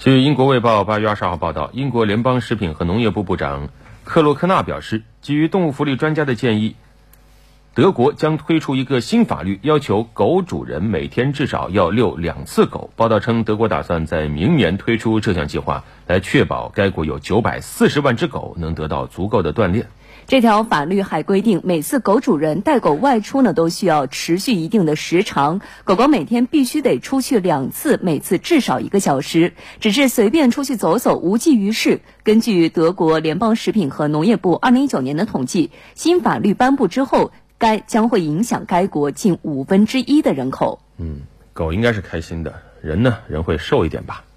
据英国卫报8月20号报道，英国联邦食品和农业部部长克洛克纳表示，基于动物福利专家的建议，德国将推出一个新法律，要求狗主人每天至少要遛2次狗。报道称，德国打算在明年推出这项计划，来确保该国有940万只狗能得到足够的锻炼。 这条法律还规定，每次狗主人带狗外出都需要持续一定的时长，狗狗每天必须得出去2次，每次至少1个小时。只是随便出去走走无济于事。根据德国联邦食品和农业部2019年的统计，新法律颁布之后，将会影响该国近1/5的人口。 狗应该是开心的，人会瘦一点吧。